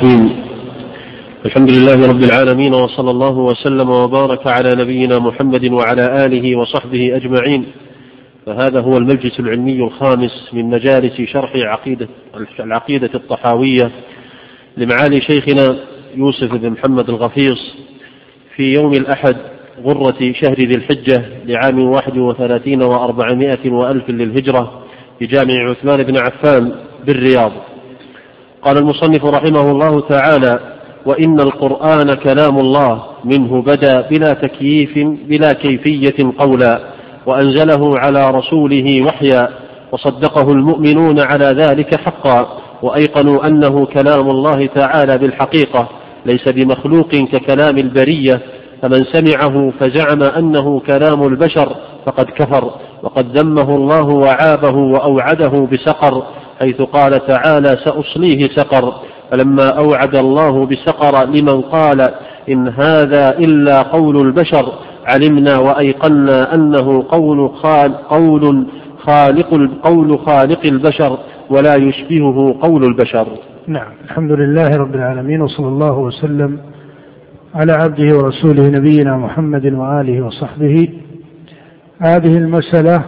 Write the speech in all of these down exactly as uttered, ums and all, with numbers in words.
الرحيم. الحمد لله رب العالمين، وصلى الله وسلم وبارك على نبينا محمد وعلى آله وصحبه أجمعين. فهذا هو المجلس العلمي الخامس من مجالس شرح عقيدة العقيدة الطحاوية لمعالي شيخنا يوسف بن محمد الغفيص في يوم الأحد غرة شهر ذي الحجة لعام واحد وثلاثين وأربعمائة وألف للهجرة بجامع عثمان بن عفان بالرياض. قال المصنف رحمه الله تعالى: وإن القرآن كلام الله منه بدأ بلا تكييف بلا كيفية قولا، وأنزله على رسوله وحيا، وصدقه المؤمنون على ذلك حقا، وأيقنوا أنه كلام الله تعالى بالحقيقة ليس بمخلوق ككلام البرية، فمن سمعه فزعم أنه كلام البشر فقد كفر، وقد ذمه الله وعابه وأوعده بسقر، حيث قال تعالى: سأصليه سقر. فلما أوعد الله بسقر لمن قال إن هذا إلا قول البشر، علمنا وأيقنا أنه قول قول خالق قول خالق البشر ولا يشبهه قول البشر. نعم، الحمد لله رب العالمين، وصلى الله وسلم على عبده ورسوله نبينا محمد وآله وصحبه. هذه المسألة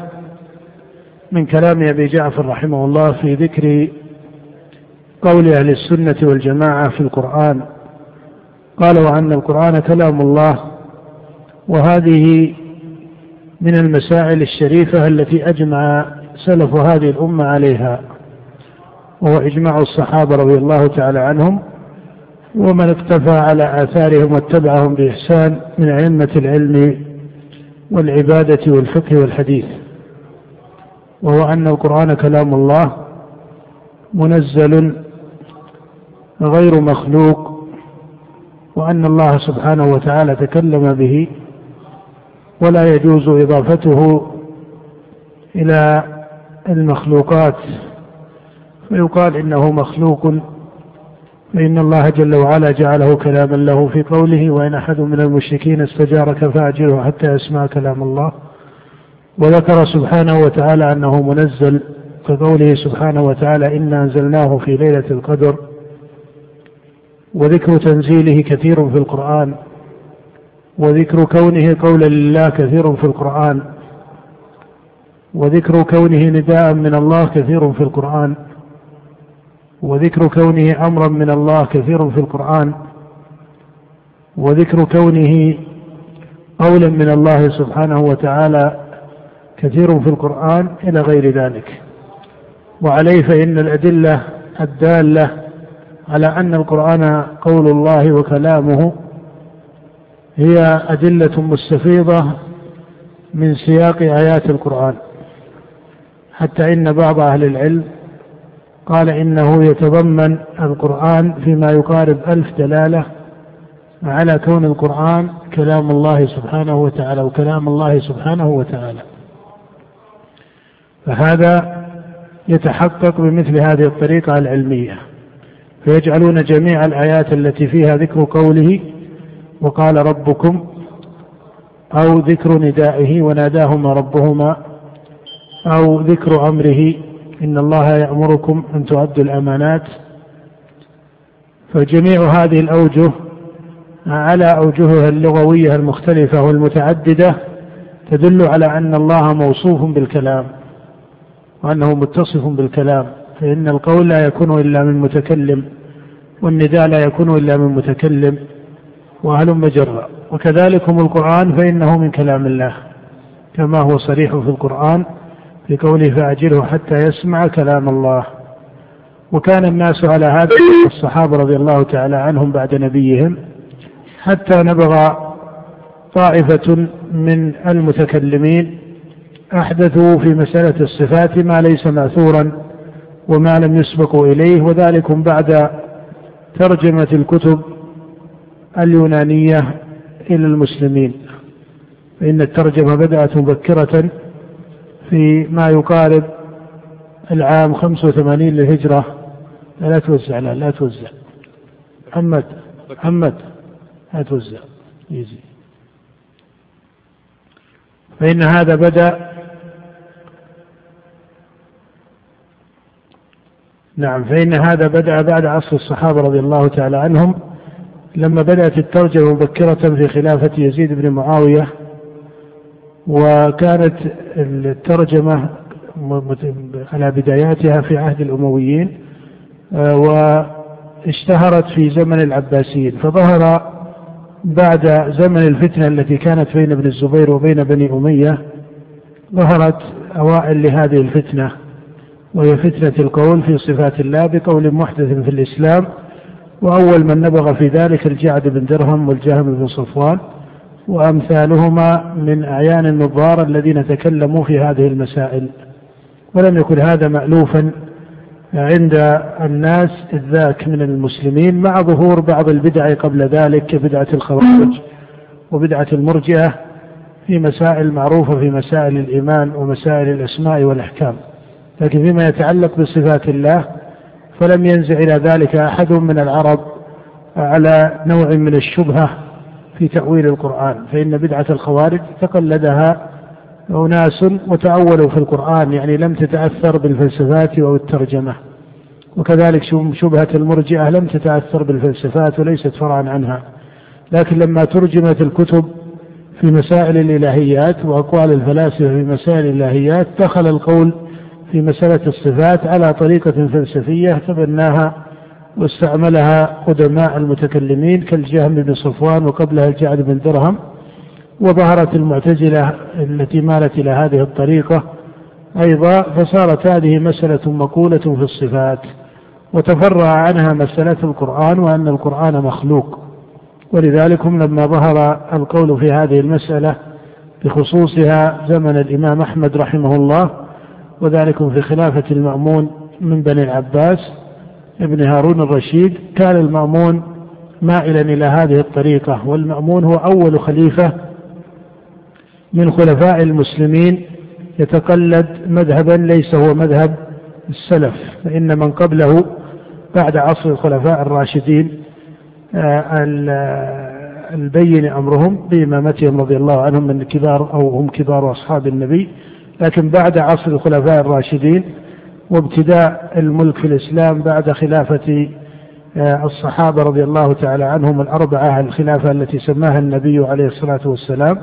من كلام أبي جعفر رحمه الله في ذكر قول أهل السنة والجماعة في القرآن. قالوا أن القرآن كلام الله، وهذه من المسائل الشريفة التي أجمع سلف هذه الأمة عليها، وهو إجماع الصحابة رضي الله تعالى عنهم ومن اقتفى على آثارهم واتبعهم بإحسان من أئمة العلم والعبادة والفقه والحديث، وهو أن القرآن كلام الله منزل غير مخلوق، وأن الله سبحانه وتعالى تكلم به ولا يجوز إضافته إلى المخلوقات فيقال إنه مخلوق، فإن الله جل وعلا جعله كلاما له في قوله: وإن أحد من المشركين استجارك فأجره حتى يسمع كلام الله. وذكر سبحانه وتعالى أنه منزل كقوله سبحانه وتعالى: إنا أنزلناه في ليلة القدر. وذكر تنزيله كثير في القرآن، وذكر كونه قولا لله كثير في القرآن، وذكر كونه نداء من الله كثير في القرآن، وذكر كونه أمرا من الله كثير في القرآن، وذكر كونه قولا من الله سبحانه وتعالى كثير في القرآن إلى غير ذلك. وعليه فإن الأدلة الدالة على أن القرآن قول الله وكلامه هي أدلة مستفيضة من سياق آيات القرآن، حتى إن بعض أهل العلم قال إنه يتضمن القرآن فيما يقارب ألف دلالة على كون القرآن كلام الله سبحانه وتعالى وكلام الله سبحانه وتعالى. فهذا يتحقق بمثل هذه الطريقة العلمية، فيجعلون جميع الآيات التي فيها ذكر قوله وقال ربكم، أو ذكر ندائه وناداهما ربهما، أو ذكر أمره إن الله يأمركم أن تؤدوا الأمانات، فجميع هذه الأوجه على أوجهها اللغوية المختلفة والمتعددة تدل على أن الله موصوف بالكلام وأنه متصف بالكلام، فإن القول لا يكون إلا من متكلم، والنداء لا يكون إلا من متكلم، وهلم جرا. وكذلكم القرآن فإنه من كلام الله كما هو صريح في القرآن في قوله: فأجله حتى يسمع كلام الله. وكان الناس على هذا الصحابة رضي الله تعالى عنهم بعد نبيهم، حتى نبغى طائفة من المتكلمين أحدثوا في مسألة الصفات ما ليس مأثورا وما لم يسبقوا إليه، وذلكم بعد ترجمة الكتب اليونانية إلى المسلمين، فإن الترجمة بدأت مبكرة في ما يقارب العام خمسة وثمانين للهجرة. لا توزع لا, لا توزع محمد محمد لا توزع يزي. فإن هذا بدأ نعم، فإن هذا بدأ بعد عصر الصحابة رضي الله تعالى عنهم، لما بدأت الترجمة مبكرة في خلافة يزيد بن معاوية، وكانت الترجمة على بداياتها في عهد الأمويين، واشتهرت في زمن العباسيين، فظهر بعد زمن الفتنة التي كانت بين ابن الزبير وبين بني أمية، ظهرت أوائل لهذه الفتنة، وهي فتنة القول في صفات الله بقول محدث في الإسلام، وأول من نبغ في ذلك الجعد بن درهم والجهم بن صفوان وأمثالهما من أعيان النظار الذين تكلموا في هذه المسائل. ولم يكن هذا مألوفا عند الناس إذ ذاك من المسلمين، مع ظهور بعض البدع قبل ذلك كبدعة الخوارج وبدعة المرجئة في مسائل معروفة في مسائل الإيمان ومسائل الأسماء والأحكام. لكن فيما يتعلق بصفات الله فلم ينزع إلى ذلك أحد من العرب على نوع من الشبهة في تأويل القرآن، فإن بدعة الخوارج تقلدها أناس وتأولوا في القرآن، يعني لم تتأثر بالفلسفات أو الترجمة. وكذلك شبهة المرجئة لم تتأثر بالفلسفات وليست فرعا عنها، لكن لما ترجمت الكتب في مسائل الإلهيات وأقوال الفلاسفة في مسائل الإلهيات، دخل القول في مسألة الصفات على طريقة فلسفية تبناها واستعملها قدماء المتكلمين كالجهم بن صفوان وقبلها الجعد بن درهم، وظهرت المعتزلة التي مالت إلى هذه الطريقة أيضا، فصارت هذه مسألة مقولة في الصفات، وتفرع عنها مسألة القرآن وأن القرآن مخلوق. ولذلك لما ظهر القول في هذه المسألة بخصوصها زمن الإمام أحمد رحمه الله، وذلك في خلافة المأمون من بني العباس ابن هارون الرشيد، كان المأمون مائلا إلى هذه الطريقة، والمأمون هو أول خليفة من خلفاء المسلمين يتقلد مذهبا ليس هو مذهب السلف، فإن من قبله بعد عصر الخلفاء الراشدين البين أمرهم بإمامتهم رضي الله عنهم من كبار أو هم كبار أصحاب النبي، لكن بعد عصر الخلفاء الراشدين وابتداء الملك في الإسلام بعد خلافة الصحابة رضي الله تعالى عنهم الأربعة، الخلافة التي سماها النبي عليه الصلاة والسلام،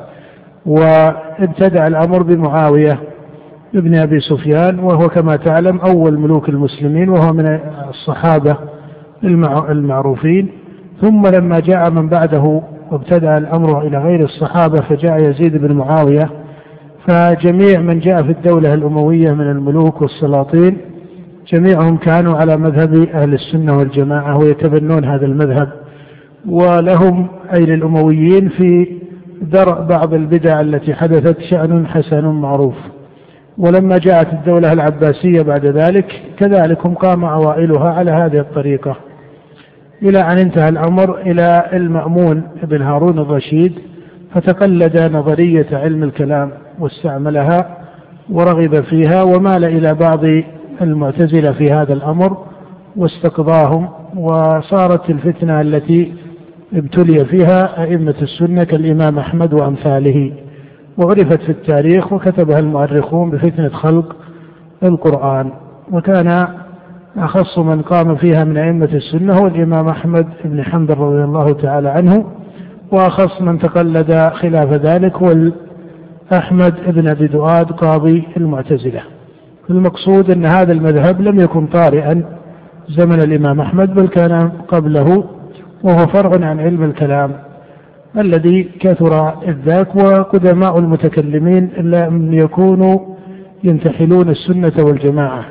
وابتدأ الأمر بمعاوية ابن أبي سفيان، وهو كما تعلم أول ملوك المسلمين، وهو من الصحابة المعروفين. ثم لما جاء من بعده وابتدأ الأمر إلى غير الصحابة فجاء يزيد بن معاوية، فجميع من جاء في الدولة الأموية من الملوك والسلاطين جميعهم كانوا على مذهب أهل السنة والجماعة ويتبنون هذا المذهب، ولهم أي للأمويين في درء بعض البدع التي حدثت شأن حسن معروف. ولما جاءت الدولة العباسية بعد ذلك كذلك قام أوائلها على هذه الطريقة، إلى أن انتهى الأمر إلى المأمون بن هارون الرشيد، فتقلد نظرية علم الكلام واستعملها ورغب فيها، ومال إلى بعض المعتزلة في هذا الأمر واستقضاهم، وصارت الفتنة التي ابتلي فيها أئمة السنة كالإمام أحمد وأمثاله، وعرفت في التاريخ وكتبها المؤرخون بفتنة خلق القرآن. وكان أخص من قام فيها من أئمة السنة هو الإمام أحمد بن حنبل رضي الله تعالى عنه، وأخص من تقلد خلاف ذلك هو أحمد بن أبي دؤاد قاضي المعتزلة. المقصود أن هذا المذهب لم يكن طارئا زمن الإمام أحمد، بل كان قبله، وهو فرع عن علم الكلام الذي كثر إذ ذاك، وقدماء المتكلمين لم يكونوا ينتحلون السنة والجماعة.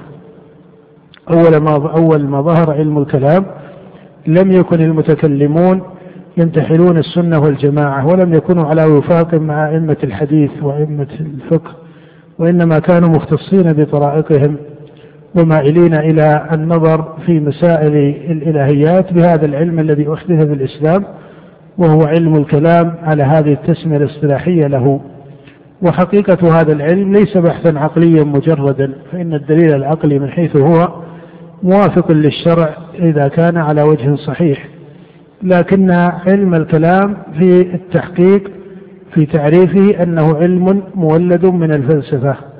أول ما أول ما ظهر علم الكلام لم يكن المتكلمون ينتحلون السنة والجماعة، ولم يكونوا على وفاق مع أئمة الحديث وأئمة الفقه، وإنما كانوا مختصين بطرائقهم ومائلين إلى النظر في مسائل الإلهيات بهذا العلم الذي أحدث في الإسلام، وهو علم الكلام على هذه التسمية الاصطلاحية له. وحقيقة هذا العلم ليس بحثا عقليا مجردا، فإن الدليل العقلي من حيث هو موافق للشرع إذا كان على وجه صحيح، لكن علم الكلام في التحقيق في تعريفه أنه علم مولد من الفلسفة،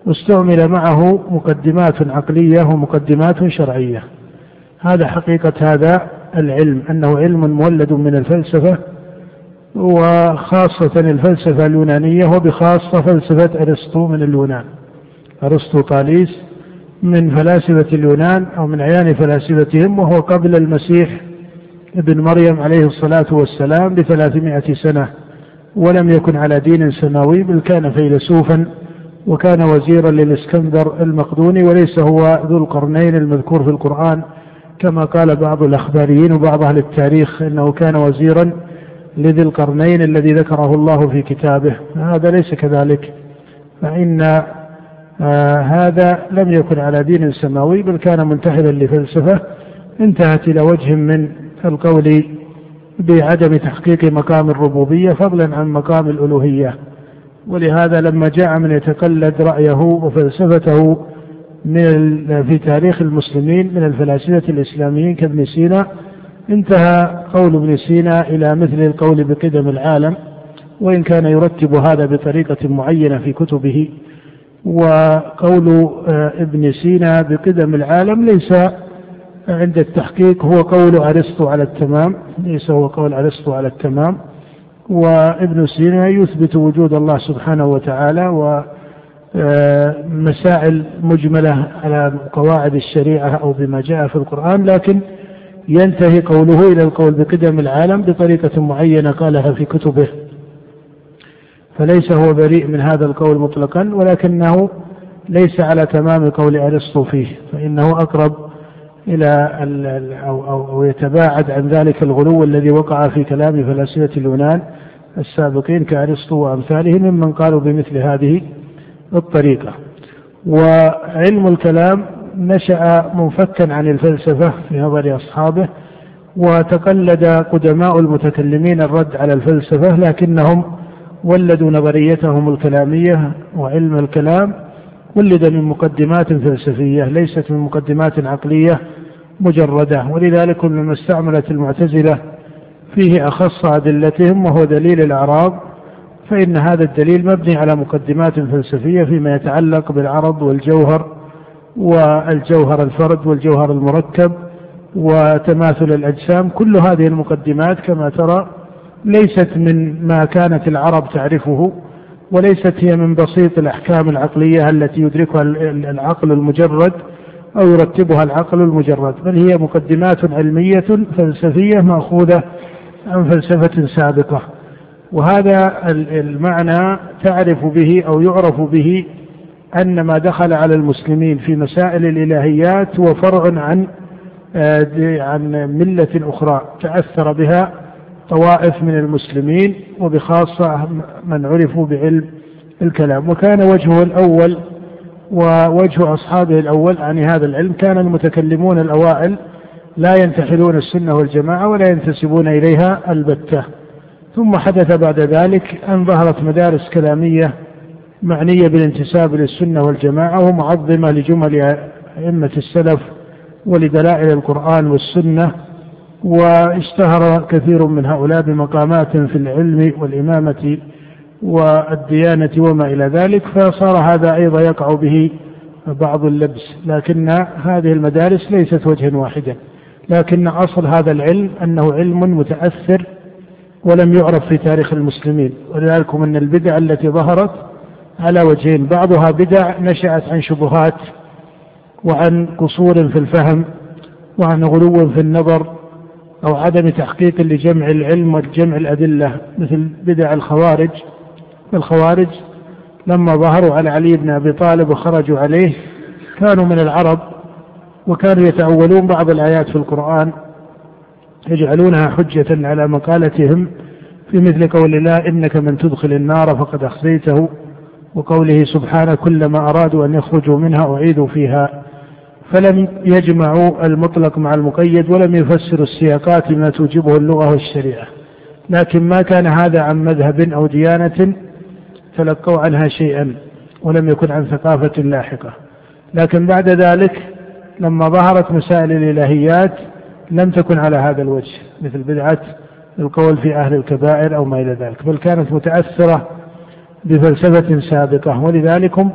واستعمل معه مقدمات عقلية ومقدمات شرعية. هذا حقيقة هذا العلم، أنه علم مولد من الفلسفة، وخاصة الفلسفة اليونانية، وبخاصة فلسفة أرسطو من اليونان. أرسطو طاليس من فلاسفة اليونان أو من عيان فلاسفتهم، وهو قبل المسيح ابن مريم عليه الصلاة والسلام بثلاثمائة سنة، ولم يكن على دين سماوي، بل كان فيلسوفا وكان وزيرا للإسكندر المقدوني، وليس هو ذو القرنين المذكور في القرآن كما قال بعض الأخباريين وبعض أهل التاريخ إنه كان وزيرا لذي القرنين الذي ذكره الله في كتابه. هذا ليس كذلك، فإن آه هذا لم يكن على دين سماوي، بل كان منتحلا لفلسفة انتهت إلى وجه من القول بعدم تحقيق مقام الربوبية فضلا عن مقام الألوهية. ولهذا لما جاء من يتقلد رأيه وفلسفته من في تاريخ المسلمين من الفلاسفة الإسلاميين كابن سينا، انتهى قول ابن سينا إلى مثل القول بقدم العالم، وإن كان يرتب هذا بطريقة معينة في كتبه. وقول ابن سينا بقدم العالم ليس عند التحقيق هو قول أرسطو على التمام، ليس هو قول أرسطو على التمام. وابن سينا يثبت وجود الله سبحانه وتعالى ومسائل مجملة على قواعد الشريعة أو بما جاء في القرآن، لكن ينتهي قوله إلى القول بقدم العالم بطريقة معينة قالها في كتبه، فليس هو بريء من هذا القول مطلقا، ولكنه ليس على تمام قول أرسطو فيه، فإنه أقرب إلى أو, أو, أو يتباعد عن ذلك الغلو الذي وقع في كلام فلاسفة اليونان السابقين كأرسطو وأمثاله ممن قالوا بمثل هذه الطريقة. وعلم الكلام نشأ منفكا عن الفلسفة في نظر أصحابه، وتقلد قدماء المتكلمين الرد على الفلسفة، لكنهم ولدوا نظريتهم الكلامية، وعلم الكلام ولد من مقدمات فلسفية ليست من مقدمات عقلية مجردة. ولذلك لما استعملت المعتزلة فيه أخص أدلتهم وهو دليل الأعراض، فإن هذا الدليل مبني على مقدمات فلسفية فيما يتعلق بالعرض والجوهر والجوهر الفرد والجوهر المركب وتماثل الأجسام. كل هذه المقدمات كما ترى ليست من ما كانت العرب تعرفه، وليست هي من بسيط الأحكام العقلية التي يدركها العقل المجرد أو يرتبها العقل المجرد، بل هي مقدمات علمية فلسفية مأخوذة عن فلسفة سابقة. وهذا المعنى تعرف به أو يعرف به أن ما دخل على المسلمين في مسائل الإلهيات هو فرع عن عن ملة أخرى تأثر بها طوائف من المسلمين، وبخاصة من عرفوا بعلم الكلام. وكان وجهه الأول ووجه أصحابه الأول عن هذا العلم كان المتكلمون الأوائل لا ينتحلون السنة والجماعة ولا ينتسبون إليها البتة. ثم حدث بعد ذلك أن ظهرت مدارس كلامية معنية بالانتساب للسنة والجماعة ومعظمة لجمل أئمة السلف ولدلائل القرآن والسنة، واشتهر كثير من هؤلاء بمقامات في العلم والإمامة والديانة وما إلى ذلك، فصار هذا أيضا يقع به بعض اللبس. لكن هذه المدارس ليست وجها واحدا، لكن أصل هذا العلم أنه علم متأثر ولم يعرف في تاريخ المسلمين. ولذلك من البدع التي ظهرت على وجهين: بعضها بدع نشأت عن شبهات وعن قصور في الفهم وعن غلو في النظر أو عدم تحقيق لجمع العلم وجمع الأدلة، مثل بدع الخوارج. الخوارج لما ظهروا على علي بن أبي طالب وخرجوا عليه كانوا من العرب، وكانوا يتأولون بعض الآيات في القرآن يجعلونها حجة على مقالتهم، في مثل قول الله: إنك من تدخل النار فقد أخزيته، وقوله سبحانه: كلما أرادوا أن يخرجوا منها أعيدوا فيها. فلم يجمعوا المطلق مع المقيد ولم يفسروا السياقات بما توجبه اللغة والشريعة، لكن ما كان هذا عن مذهب أو ديانة تلقوا عنها شيئا ولم يكن عن ثقافة لاحقة. لكن بعد ذلك لما ظهرت مسائل الإلهيات لم تكن على هذا الوجه، مثل بدعة القول في أهل الكبائر أو ما إلى ذلك، بل كانت متأثرة بفلسفة سابقة. ولذلك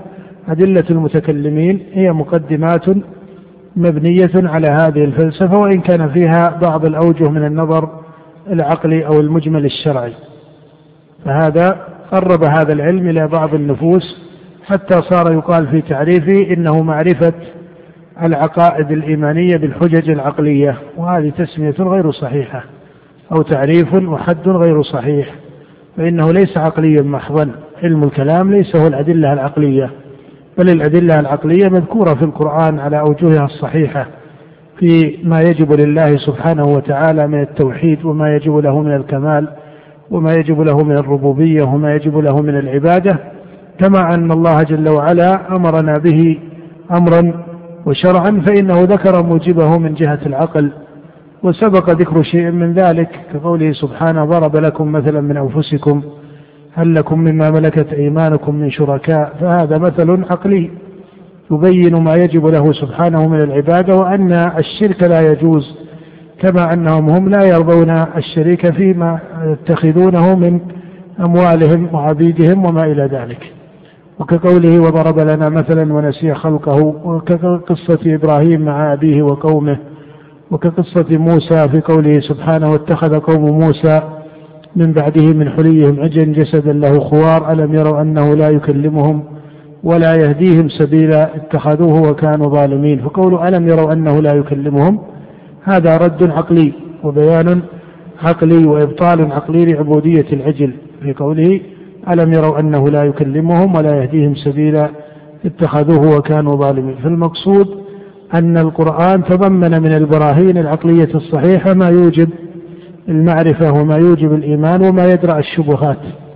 أدلة المتكلمين هي مقدمات مبنية على هذه الفلسفة، وإن كان فيها بعض الأوجه من النظر العقلي أو المجمل الشرعي، فهذا قرب هذا العلم إلى بعض النفوس حتى صار يقال في تعريفه إنه معرفة العقائد الإيمانية بالحجج العقلية، وهذه تسمية غير صحيحة أو تعريف وحد غير صحيح، فإنه ليس عقليا محضا. علم الكلام ليس هو الأدلة العقلية، بل الأدلة العقلية مذكورة في القرآن على أوجهها الصحيحة في ما يجب لله سبحانه وتعالى من التوحيد، وما يجب له من الكمال، وما يجب له من الربوبية، وما يجب له من العبادة، كما أن الله جل وعلا أمرنا به أمرا وشرعا فإنه ذكر موجبه من جهة العقل، وسبق ذكر شيء من ذلك كقوله سبحانه: ضرب لكم مثلا من أنفسكم هل لكم مما ملكت أيمانكم من شركاء، فهذا مثل عقلي يبين ما يجب له سبحانه من العبادة، وأن الشرك لا يجوز، كما أنهم هم لا يرضون الشريك فيما يتخذونه من أموالهم وعبيدهم وما إلى ذلك. وكقوله: وضرب لنا مثلا ونسي خلقه، وكقصة إبراهيم مع أبيه وقومه، وكقصة موسى في قوله سبحانه: واتخذ قوم موسى من بعده من حليهم عجلا جسدا له خوار ألم يروا أنه لا يكلمهم ولا يهديهم سبيلا اتخذوه وكانوا ظالمين. فقول ألم يروا أنه لا يكلمهم هذا رد عقلي وبيان عقلي وإبطال عقلي لعبودية العجل، في قوله: ألم يروا أنه لا يكلمهم ولا يهديهم سبيلا اتخذوه وكانوا ظالمين. فالمقصود أن القرآن تضمن من البراهين العقلية الصحيحة ما يوجب المعرفة وما يوجب الإيمان وما يدرأ الشبهات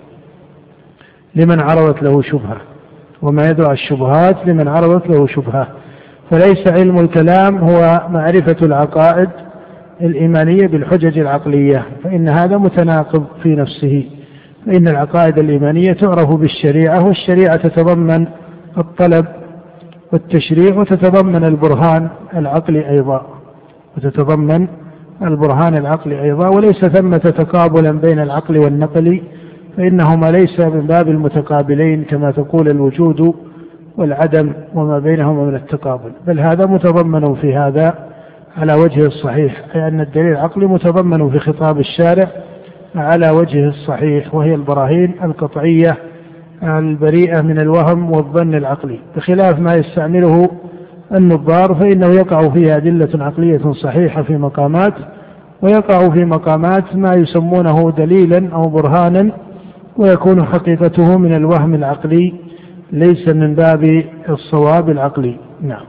لمن عرضت له شبهة وما يدرأ الشبهات لمن عرضت له شبهة. فليس علم الكلام هو معرفة العقائد الإيمانية بالحجج العقلية، فإن هذا متناقض في نفسه، فإن العقائد الإيمانية تعرف بالشريعة، والشريعة تتضمن الطلب والتشريع، وتتضمن البرهان العقلي أيضا وتتضمن البرهان العقلي أيضا وليس ثمة تقابلا بين العقل والنقل، فإنهما ليس من باب المتقابلين كما تقول الوجود والعدم وما بينهما من التقابل، بل هذا متضمن في هذا على وجه الصحيح، أي أن الدليل العقلي متضمن في خطاب الشارع على وجه الصحيح، وهي البراهين القطعية البريئة من الوهم والظن العقلي، بخلاف ما يستعمله النظار فإنه يقع فيها أدلة عقلية صحيحة في مقامات، ويقع في مقامات ما يسمونه دليلا أو برهانا ويكون حقيقته من الوهم العقلي ليس من باب الصواب العقلي. نعم.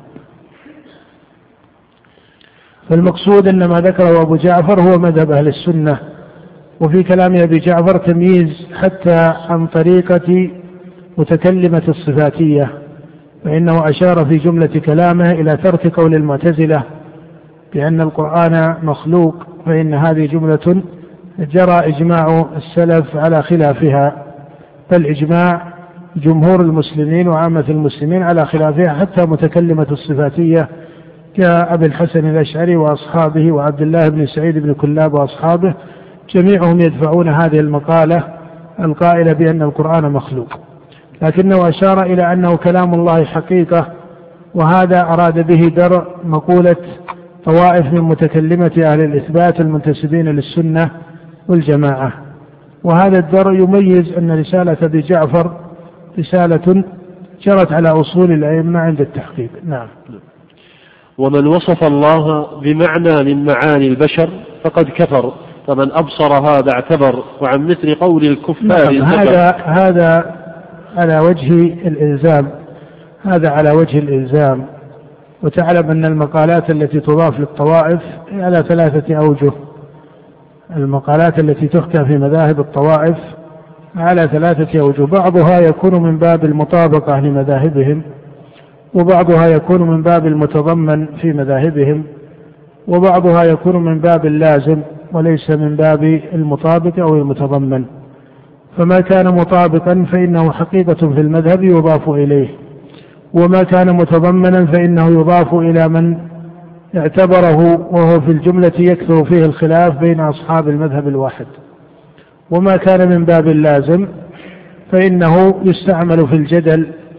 فالمقصود أن ما ذكره أبو جعفر هو مذهب أهل السنة، وفي كلام أبي جعفر تمييز حتى عن طريقة متكلمة الصفاتية، فإنه أشار في جملة كلامه إلى ترك قول المعتزلة بأن القرآن مخلوق، فإن هذه جملة جرى إجماع السلف على خلافها، بل إجماع جمهور المسلمين وعامة المسلمين على خلافها، حتى متكلمة الصفاتية كأبي الحسن الأشعري وأصحابه وعبد الله بن سعيد بن كلاب وأصحابه، جميعهم يدفعون هذه المقالة القائلة بأن القرآن مخلوق، لكنه أشار إلى أنه كلام الله حقيقة، وهذا أراد به درء مقولة طوائف من متكلمة أهل الإثبات المنتسبين للسنة والجماعة. وهذا الدرء يميز أن رسالة أبي جعفر رسالة جرت على أصول الأئمة عند التحقيق. نعم. ومن وصف الله بمعنى من معاني البشر فقد كفر، فمن أبصر هذا اعتبر، وعن مثل قول الكفار. نعم. هذا هذا على وجه الإلزام، هذا على وجه الإلزام. وتعلم أن المقالات التي تضاف للطوائف على ثلاثة أوجه، المقالات التي تحكى في مذاهب الطوائف على ثلاثة أوجه، بعضها يكون من باب المطابقة لمذاهبهم، وبعضها يكون من باب المتضمن في مذاهبهم، وبعضها يكون من باب اللازم وليس من باب المطابق أو المتضمن. فما كان مطابقا فإنه حقيقة في المذهب يضاف إليه، وما كان متضمنا فإنه يضاف إلى من اعتبره، وهو في الجملة يكثر فيه الخلاف بين أصحاب المذهب الواحد. وما كان من باب اللازم فإنه يستعمل في الجدل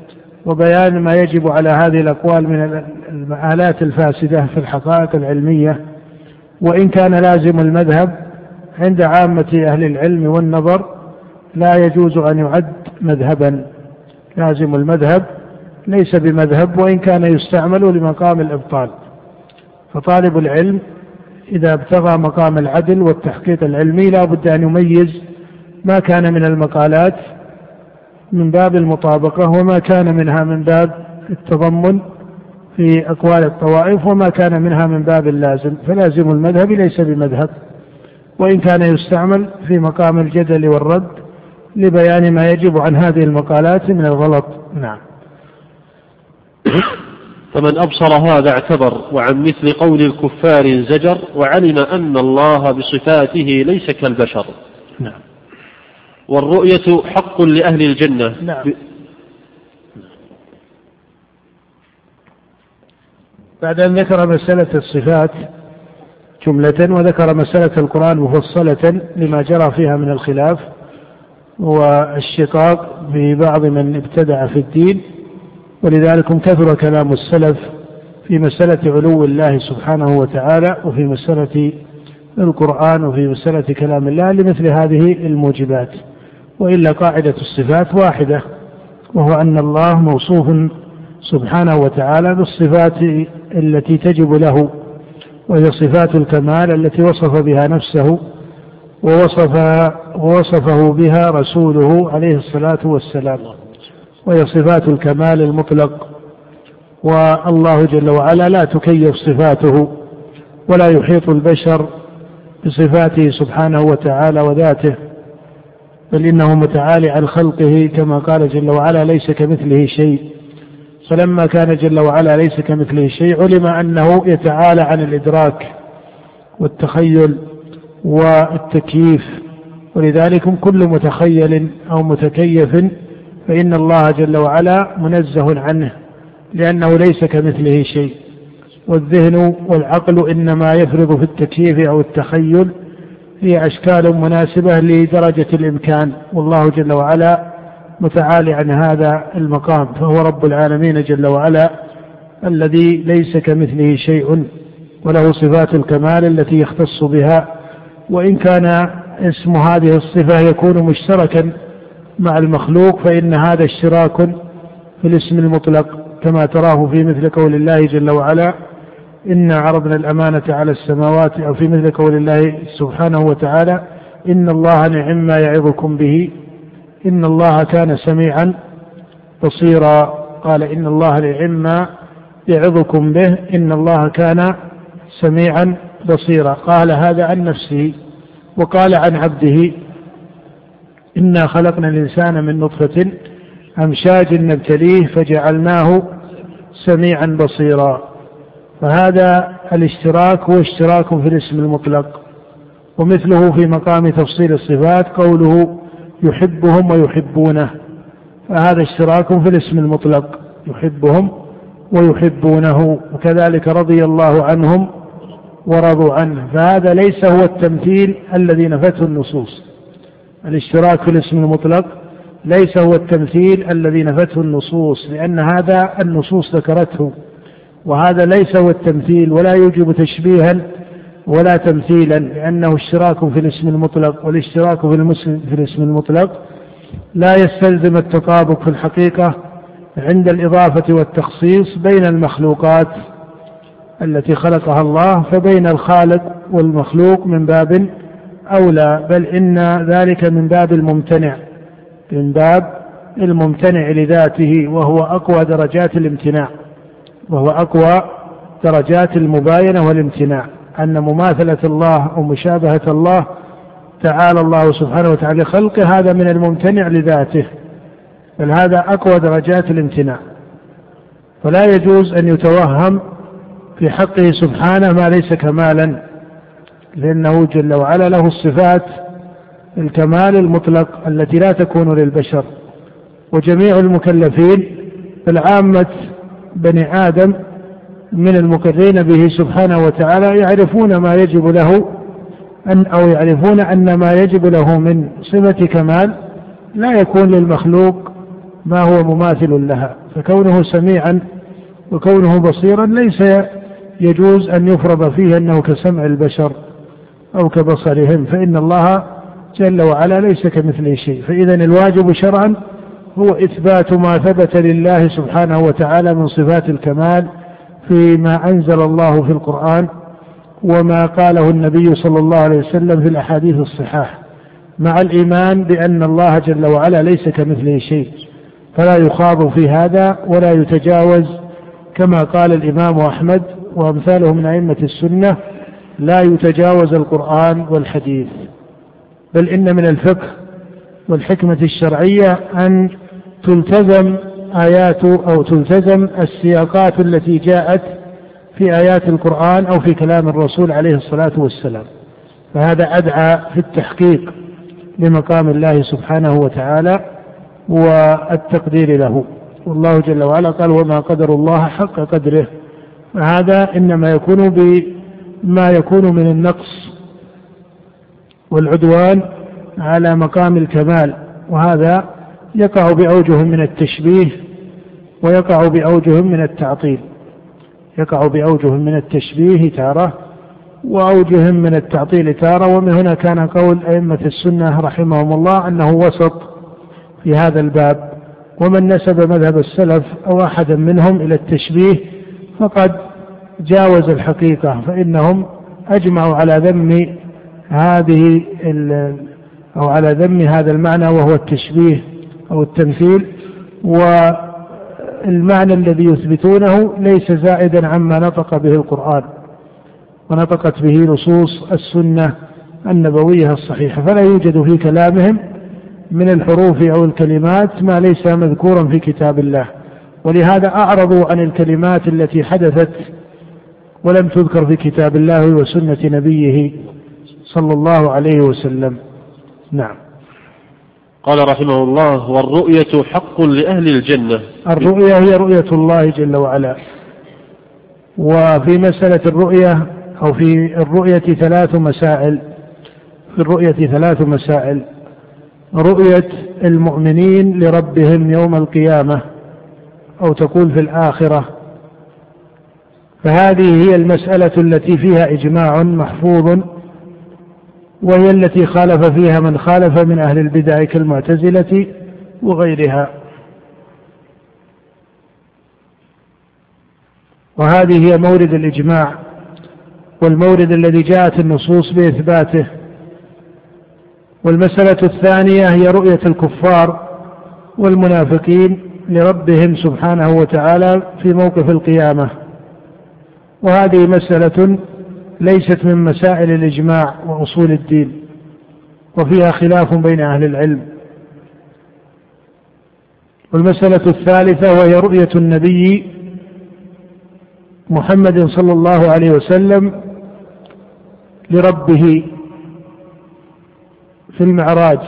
وبيان ما يجب على هذه الأقوال من المآلات الفاسدة في الحقائق العلمية. وإن كان لازم المذهب عند عامة أهل العلم والنظر لا يجوز أن يعد مذهبا، لازم المذهب ليس بمذهب وإن كان يستعمل لمقام الإبطال. فطالب العلم إذا ابتغى مقام العدل والتحقيق العلمي لا بد أن يميز ما كان من المقالات من باب المطابقة وما كان منها من باب التضمن في أقوال الطوائف وما كان منها من باب اللازم. فلازم المذهب ليس بمذهب وإن كان يستعمل في مقام الجدل والرد لبيان ما يجب عن هذه المقالات من الغلط. نعم. فمن أبصر هذا اعتبر، وعن مثل قول الكفار زجر، وعلم أن الله بصفاته ليس كالبشر. نعم. والرؤية حق لأهل الجنة. نعم. بعد أن ذكر مسألة الصفات جملة وذكر مسألة القرآن مفصلة لما جرى فيها من الخلاف والشقاق ببعض من ابتدع في الدين، ولذلك كثر كلام السلف في مسألة علو الله سبحانه وتعالى وفي مسألة القرآن وفي مسألة كلام الله لمثل هذه الموجبات. وإلا قاعدة الصفات واحدة، وهو أن الله موصوف سبحانه وتعالى بالصفات التي تجب له، وهي صفات الكمال التي وصف بها نفسه ووصف ووصفه بها رسوله عليه الصلاة والسلام، وهي صفات الكمال المطلق. والله جل وعلا لا تكيف صفاته ولا يحيط البشر بصفاته سبحانه وتعالى وذاته، بل إنه متعالي عن خلقه كما قال جل وعلا ليس كمثله شيء. فلما كان جل وعلا ليس كمثله شيء علم أنه يتعالى عن الإدراك والتخيل والتكييف، ولذلك كل متخيل أو متكيف فإن الله جل وعلا منزه عنه لأنه ليس كمثله شيء. والذهن والعقل إنما يفرض في التكييف أو التخيل هي أشكال مناسبة لدرجة الإمكان، والله جل وعلا متعالي عن هذا المقام، فهو رب العالمين جل وعلا الذي ليس كمثله شيء وله صفات الكمال التي يختص بها. وإن كان اسم هذه الصفة يكون مشتركا مع المخلوق فإن هذا اشتراك في الاسم المطلق كما تراه في مثل قول الله جل وعلا إنا عرضنا الأمانة على السماوات، أو في مثل قول الله سبحانه وتعالى إن الله نعم ما يعظكم به إن الله كان سميعا بصيرا. قال إن الله نعم ما يعظكم به إن الله كان سميعا بصيرا. قال هذا عن نفسه. وقال عن عبده إنا خلقنا الإنسان من نطفة أمشاج نبتليه فجعلناه سميعا بصيرا. فهذا الاشتراك هو اشتراك في الاسم المطلق. ومثله في مقام تفصيل الصفات قوله يحبهم ويحبونه، فهذا اشتراك في الاسم المطلق يحبهم ويحبونه. وكذلك رضي الله عنهم ورضوا عنه، فهذا ليس هو التمثيل الذي نفته النصوص. الاشتراك في الاسم المطلق ليس هو التمثيل الذي نفته النصوص، لأن هذا النصوص ذكرته، وهذا ليس هو التمثيل ولا يوجب تشبيها ولا تمثيلا، لأنه اشتراك في الاسم المطلق. والاشتراك في, المسلم في الاسم المطلق لا يستلزم التطابق في الحقيقة عند الإضافة والتخصيص بين المخلوقات التي خلقها الله، فبين الخالق والمخلوق من باب أولى، بل إن ذلك من باب الممتنع من باب الممتنع لذاته، وهو أقوى درجات الامتناع وهو أقوى درجات المباينة والامتناع، أن مماثلة الله أو مشابهة الله تعالى الله سبحانه وتعالى خلقه هذا من الممتنع لذاته، بل هذا أقوى درجات الامتناع. فلا يجوز أن يتوهم في حقه سبحانه ما ليس كمالا، لأنه جل وعلا له الصفات الكمال المطلق التي لا تكون للبشر. وجميع المكلفين العامة بني آدم من المقرين به سبحانه وتعالى يعرفون ما يجب له أن أو يعرفون أن ما يجب له من صفة كمال لا يكون للمخلوق ما هو مماثل لها، فكونه سميعا وكونه بصيرا ليس يجوز أن يفرض فيه أنه كسمع البشر أو كبصرهم، فإن الله جل وعلا ليس كمثله شيء. فإذا الواجب شرعا هو إثبات ما ثبت لله سبحانه وتعالى من صفات الكمال فيما أنزل الله في القرآن وما قاله النبي صلى الله عليه وسلم في الأحاديث الصحاح، مع الإيمان بأن الله جل وعلا ليس كمثله شيء، فلا يخاض في هذا ولا يتجاوز، كما قال الإمام أحمد وأمثاله من أئمة السنة: لا يتجاوز القرآن والحديث. بل إن من الفقه والحكمة الشرعية أن تلتزم آيات أو تلتزم السياقات التي جاءت في آيات القرآن أو في كلام الرسول عليه الصلاة والسلام، فهذا أدعى في التحقيق لمقام الله سبحانه وتعالى والتقدير له. والله جل وعلا قال: وما قدر الله حق قدره. فهذا إنما يكون بما يكون من النقص والعدوان على مقام الكمال، وهذا يقع بأوجه من التشبيه ويقع بأوجه من التعطيل، يقع بأوجه من التشبيه تارة وأوجه من التعطيل تارة. ومن هنا كان قول أئمة السنة رحمهم الله أنه وسط في هذا الباب، ومن نسب مذهب السلف أو أحدا منهم إلى التشبيه فقد جاوز الحقيقة، فإنهم أجمعوا على ذم هذه أو على ذم هذا المعنى وهو التشبيه أو التمثيل، والمعنى الذي يثبتونه ليس زائدا عما نطق به القرآن ونطقت به نصوص السنة النبوية الصحيحة، فلا يوجد في كلامهم من الحروف أو الكلمات ما ليس مذكورا في كتاب الله، ولهذا أعرضوا عن الكلمات التي حدثت ولم تذكر في كتاب الله وسنة نبيه صلى الله عليه وسلم. نعم. قال رحمه الله: والرؤية حق لأهل الجنة. الرؤية هي رؤية الله جل وعلا. وفي مسألة الرؤية أو في الرؤية ثلاث مسائل في الرؤية ثلاث مسائل رؤية المؤمنين لربهم يوم القيامة أو تقول في الآخرة، فهذه هي المسألة التي فيها إجماع محفوظ، وهي التي خالف فيها من خالف من أهل البدع كالمعتزلة وغيرها، وهذه هي مورد الإجماع والمورد الذي جاءت النصوص بإثباته. والمسألة الثانية هي رؤية الكفار والمنافقين لربهم سبحانه وتعالى في موقف القيامة، وهذه مسألة ليست من مسائل الإجماع وأصول الدين، وفيها خلاف بين أهل العلم. والمسألة الثالثة وهي رؤية النبي محمد صلى الله عليه وسلم لربه في المعراج،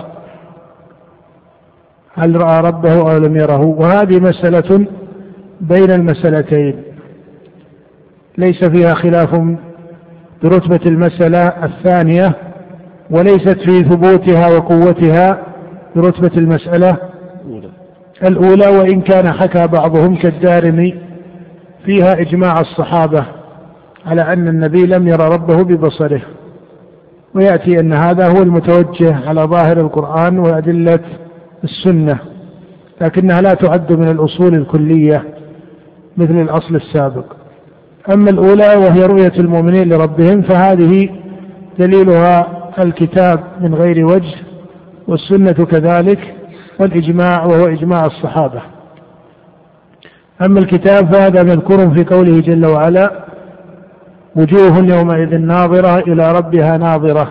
هل رأى ربه أو لم يره، وهذه مسألة بين المسألتين ليس فيها خلاف برتبة المسألة الثانية، وليست في ثبوتها وقوتها برتبة المسألة الأولى، وإن كان حكى بعضهم كالدارمي فيها إجماع الصحابة على أن النبي لم يرى ربه ببصره، ويأتي أن هذا هو المتوجه على ظاهر القرآن وأدلة السنة، لكنها لا تعد من الأصول الكلية مثل الأصل السابق. أما الأولى وهي رؤية المؤمنين لربهم فهذه دليلها الكتاب من غير وجه، والسنة كذلك، والإجماع وهو إجماع الصحابة. أما الكتاب فهذا مذكور في قوله جل وعلا: وجوه يومئذ ناظرة إلى ربها ناظرة،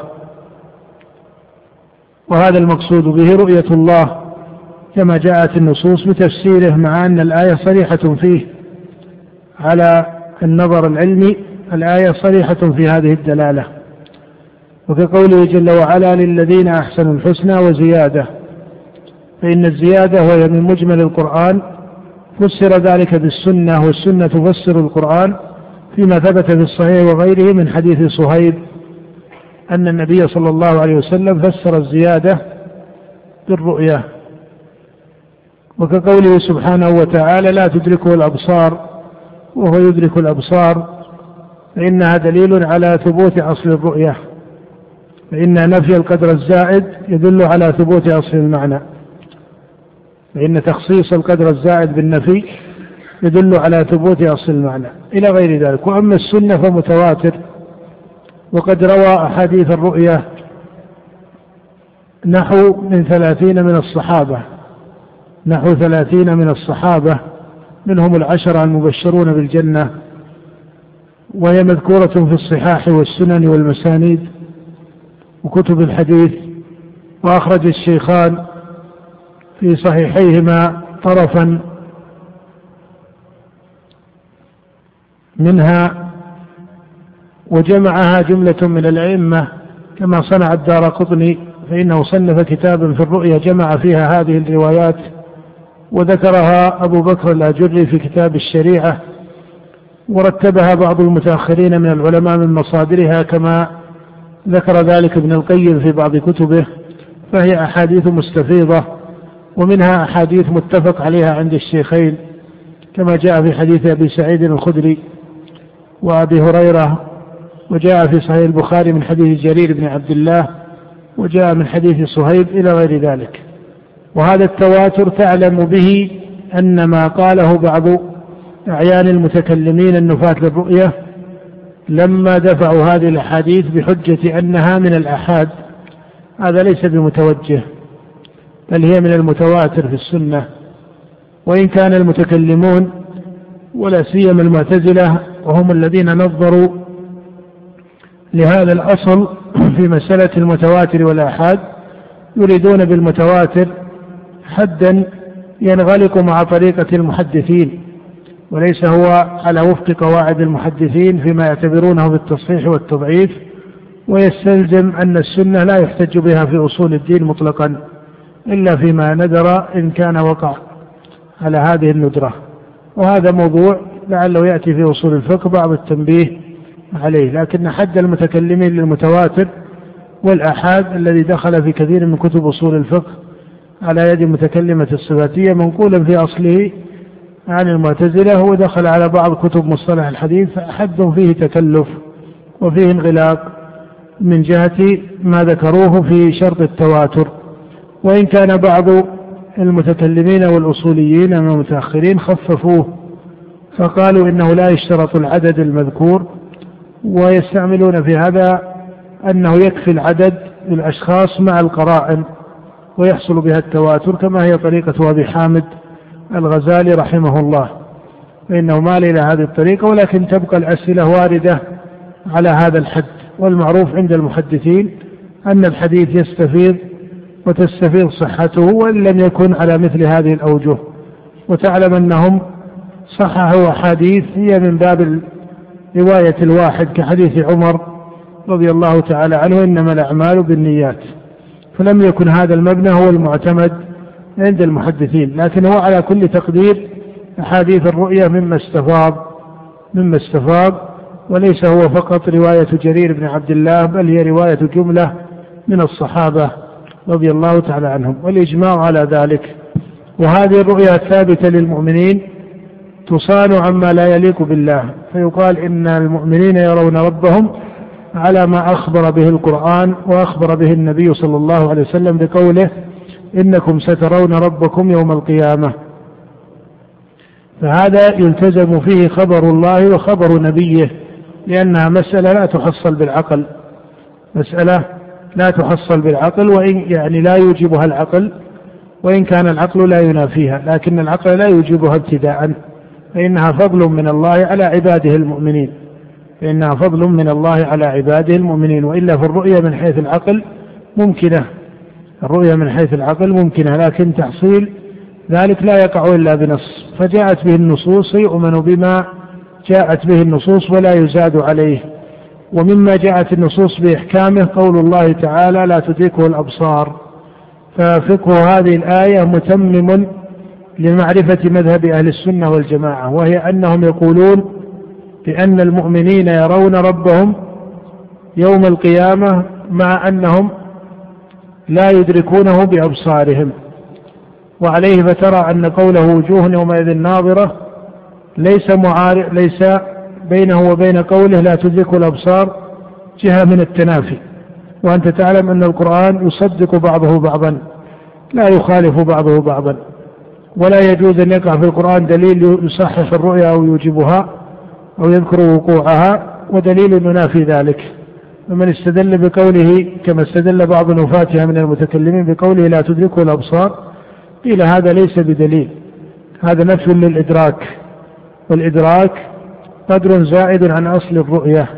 وهذا المقصود به رؤية الله كما جاءت النصوص بتفسيره، مع أن الآية صريحة فيه على النظر العلمي، الآية صريحة في هذه الدلالة. وفي قوله جل وعلا: للذين أحسنوا الحسنى وزيادة، فإن الزيادة وهي من مجمل القرآن فسر ذلك بالسنة، والسنة تفسر القرآن فيما ثبت في الصحيح وغيره من حديث صهيب أن النبي صلى الله عليه وسلم فسر الزيادة بالرؤية، وكقوله سبحانه وتعالى لا تدركه الأبصار وهو يدرك الأبصار، فإنها دليل على ثبوت أصل الرؤية، فإن نفي القدر الزائد يدل على ثبوت أصل المعنى، فإن تخصيص القدر الزائد بالنفي يدل على ثبوت أصل المعنى إلى غير ذلك. وأما السنة فمتواتر، وقد روى أحاديث الرؤية نحو من ثلاثين من الصحابة نحو ثلاثين من الصحابة منهم العشرة المبشرون بالجنة، وهي مذكورة في الصحاح والسنن والمسانيد وكتب الحديث. وأخرج الشيخان في صحيحيهما طرفا منها وجمعها جملة من الأئمة كما صنع الدارقطني، فإنه صنف كتابا في الرؤيا جمع فيها هذه الروايات، وذكرها أبو بكر الآجري في كتاب الشريعة، ورتبها بعض المتأخرين من العلماء من مصادرها كما ذكر ذلك ابن القيم في بعض كتبه. فهي أحاديث مستفيضة، ومنها أحاديث متفق عليها عند الشيخين كما جاء في حديث أبي سعيد الخدري وأبي هريرة، وجاء في صحيح البخاري من حديث جرير بن عبد الله، وجاء من حديث صهيب إلى غير ذلك. وهذا التواتر تعلم به أن ما قاله بعض أعيان المتكلمين النفاة للرؤية لما دفعوا هذه الأحاديث بحجة أنها من الآحاد، هذا ليس بمتوجه، بل هي من المتواتر في السنة. وإن كان المتكلمون ولا سيما المعتزلة وهم الذين نظروا لهذا الأصل في مسألة المتواتر والآحاد يريدون بالمتواتر حدا ينغلق مع طريقة المحدثين، وليس هو على وفق قواعد المحدثين فيما يعتبرونه بالتصحيح والتضعيف، ويستلزم أن السنة لا يحتج بها في أصول الدين مطلقا إلا فيما ندر إن كان وقع على هذه الندرة. وهذا موضوع لعله يأتي في أصول الفقه بعض التنبيه عليه. لكن حد المتكلمين للمتواتر والآحاد الذي دخل في كثير من كتب أصول الفقه على يد متكلمة الصفاتية منقولا في أصله عن المعتزلة، هو دخل على بعض كتب مصطلح الحديث فأحد فيه تكلف وفيه انغلاق من جهة ما ذكروه في شرط التواتر. وإن كان بعض المتكلمين والأصوليين من المتأخرين خففوه فقالوا إنه لا يشترط العدد المذكور، ويستعملون في هذا أنه يكفي العدد للأشخاص مع القرائن ويحصل بها التواتر، كما هي طريقة أبي حامد الغزالي رحمه الله، فإنه مال إلى هذه الطريقة، ولكن تبقى الأسئلة واردة على هذا الحد. والمعروف عند المحدثين أن الحديث يستفيض وتستفيض صحته وإن لم يكن على مثل هذه الأوجه. وتعلم أنهم صححوا أحاديث هي من باب رواية الواحد كحديث عمر رضي الله تعالى عنه إنما الأعمال بالنيات، فلم يكن هذا المبنى هو المعتمد عند المحدثين، لكن هو على كل تقدير أحاديث الرؤية مما استفاض مما استفاض وليس هو فقط رواية جرير بن عبد الله، بل هي رواية جملة من الصحابة رضي الله تعالى عنهم، والإجماع على ذلك. وهذه الرؤيا الثابتة للمؤمنين تصان عما لا يليق بالله، فيقال إن المؤمنين يرون ربهم على ما أخبر به القرآن وأخبر به النبي صلى الله عليه وسلم بقوله إنكم سترون ربكم يوم القيامة. فهذا يلتزم فيه خبر الله وخبر نبيه، لأنها مسألة لا تحصل بالعقل مسألة لا تحصل بالعقل وإن يعني لا يوجبها العقل، وإن كان العقل لا ينافيها، لكن العقل لا يوجبها ابتداء، فإنها فضل من الله على عباده المؤمنين فإنها فضل من الله على عباده المؤمنين. وإلا في الرؤية من حيث العقل ممكنة الرؤية من حيث العقل ممكنة لكن تحصيل ذلك لا يقع إلا بنص، فجاءت به النصوص يؤمن بما جاءت به النصوص ولا يزاد عليه. ومما جاءت النصوص بإحكامه قول الله تعالى لا تدركه الأبصار. ففقه هذه الآية متمم لمعرفة مذهب أهل السنة والجماعة، وهي أنهم يقولون بأن المؤمنين يرون ربهم يوم القيامة مع أنهم لا يدركونه بأبصارهم، وعليه فترى أن قوله وجوه يومئذ ناظرة ليس معارض، ليس بينه وبين قوله لا تدرك الأبصار جهة من التنافي، وأنت تعلم أن القرآن يصدق بعضه بعضا لا يخالف بعضه بعضا، ولا يجوز أن يقع في القرآن دليل يصحح الرؤيا أو يوجبها أو يذكر وقوعها ودليل ينافي ذلك. ومن استدل بقوله كما استدل بعض نفاتها من المتكلمين بقوله لا تدركه الأبصار قيل هذا ليس بدليل، هذا نفي للإدراك، والإدراك قدر زائد عن أصل الرؤية.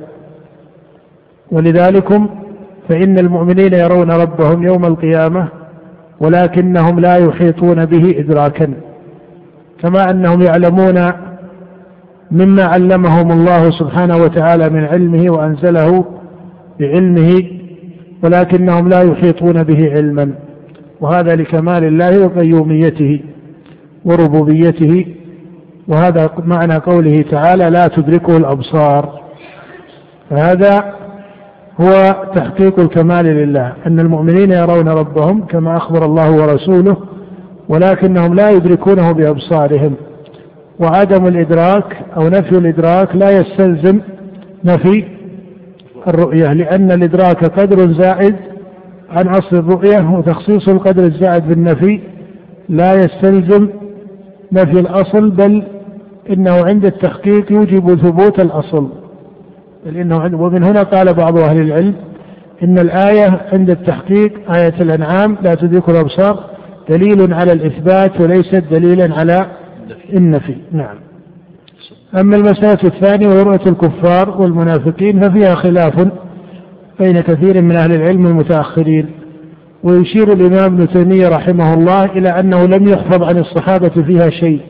ولذلك فإن المؤمنين يرون ربهم يوم القيامة ولكنهم لا يحيطون به إدراكا، كما أنهم يعلمون مما علمهم الله سبحانه وتعالى من علمه وأنزله بعلمه، ولكنهم لا يحيطون به علما، وهذا لكمال الله وقيوميته وربوبيته. وهذا معنى قوله تعالى لا تدركه الأبصار، فهذا هو تحقيق الكمال لله، أن المؤمنين يرون ربهم كما أخبر الله ورسوله ولكنهم لا يدركونه بأبصارهم. وعدم الإدراك أو نفي الإدراك لا يستلزم نفي الرؤية، لأن الإدراك قدر زائد عن أصل الرؤية، وتخصيص القدر الزائد بالنفي لا يستلزم نفي الأصل، بل إنه عند التحقيق يوجب ثبوت الأصل. ومن هنا قال بعض أهل العلم إن الآية عند التحقيق آية الأنعام لا تدرك الأبصار دليل على الإثبات وليست دليلا على النفي. نعم. أما المسألة الثانية وهي رؤية الكفار والمنافقين ففيها خلاف بين كثير من أهل العلم المتأخرين، ويشير الإمام ابن تيمية رحمه الله إلى أنه لم يحفظ عن الصحابة فيها شيء.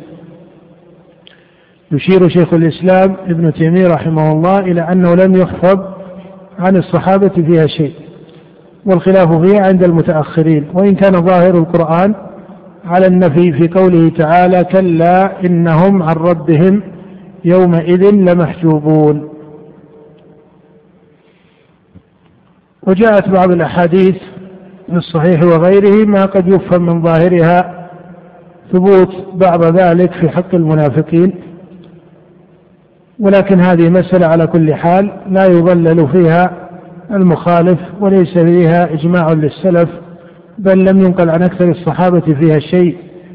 يشير شيخ الإسلام ابن تيمية رحمه الله إلى أنه لم يحفظ عن الصحابة فيها شيء، والخلاف فيها عند المتأخرين، وإن كان ظاهر القرآن على النفي في قوله تعالى كلا إنهم عن ربهم يومئذ لمحجوبون. وجاءت بعض الأحاديث في الصحيح وغيره ما قد يفهم من ظاهرها ثبوت بعض ذلك في حق المنافقين، ولكن هذه مسألة على كل حال لا يضلل فيها المخالف، وليس فيها إجماع للسلف، بل لم ينقل عن أكثر الصحابة فيها شيء.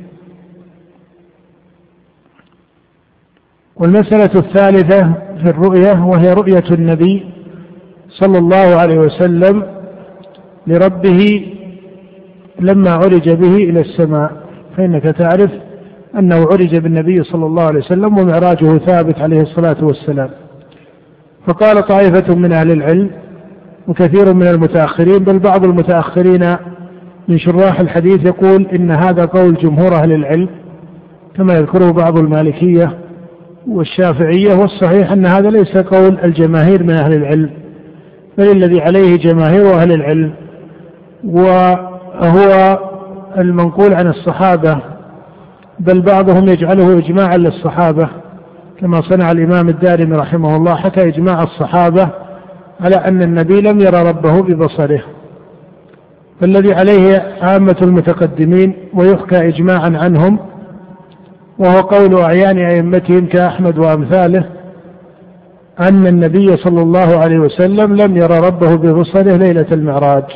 والمسألة الثالثة في الرؤية وهي رؤية النبي صلى الله عليه وسلم لربه لما عرج به إلى السماء، فإنك تعرف أنه عرج بالنبي صلى الله عليه وسلم ومعراجه ثابت عليه الصلاة والسلام. فقال طائفة من أهل العلم وكثير من المتأخرين، بل بعض المتأخرين من شراح الحديث يقول إن هذا قول جمهور أهل العلم كما يذكره بعض المالكية والشافعية، والصحيح أن هذا ليس قول الجماهير من أهل العلم، بل الذي عليه جماهير أهل العلم وهو المنقول عن الصحابة، بل بعضهم يجعله إجماعا للصحابة كما صنع الإمام الدارمي رحمه الله، حكى إجماع الصحابة على أن النبي لم يرى ربه ببصره، فالذي عليه عامة المتقدمين ويحكى إجماعا عنهم، وهو قول أعيان أئمتهم كأحمد وأمثاله، أن النبي صلى الله عليه وسلم لم يرى ربه ببصره ليلة المعراج.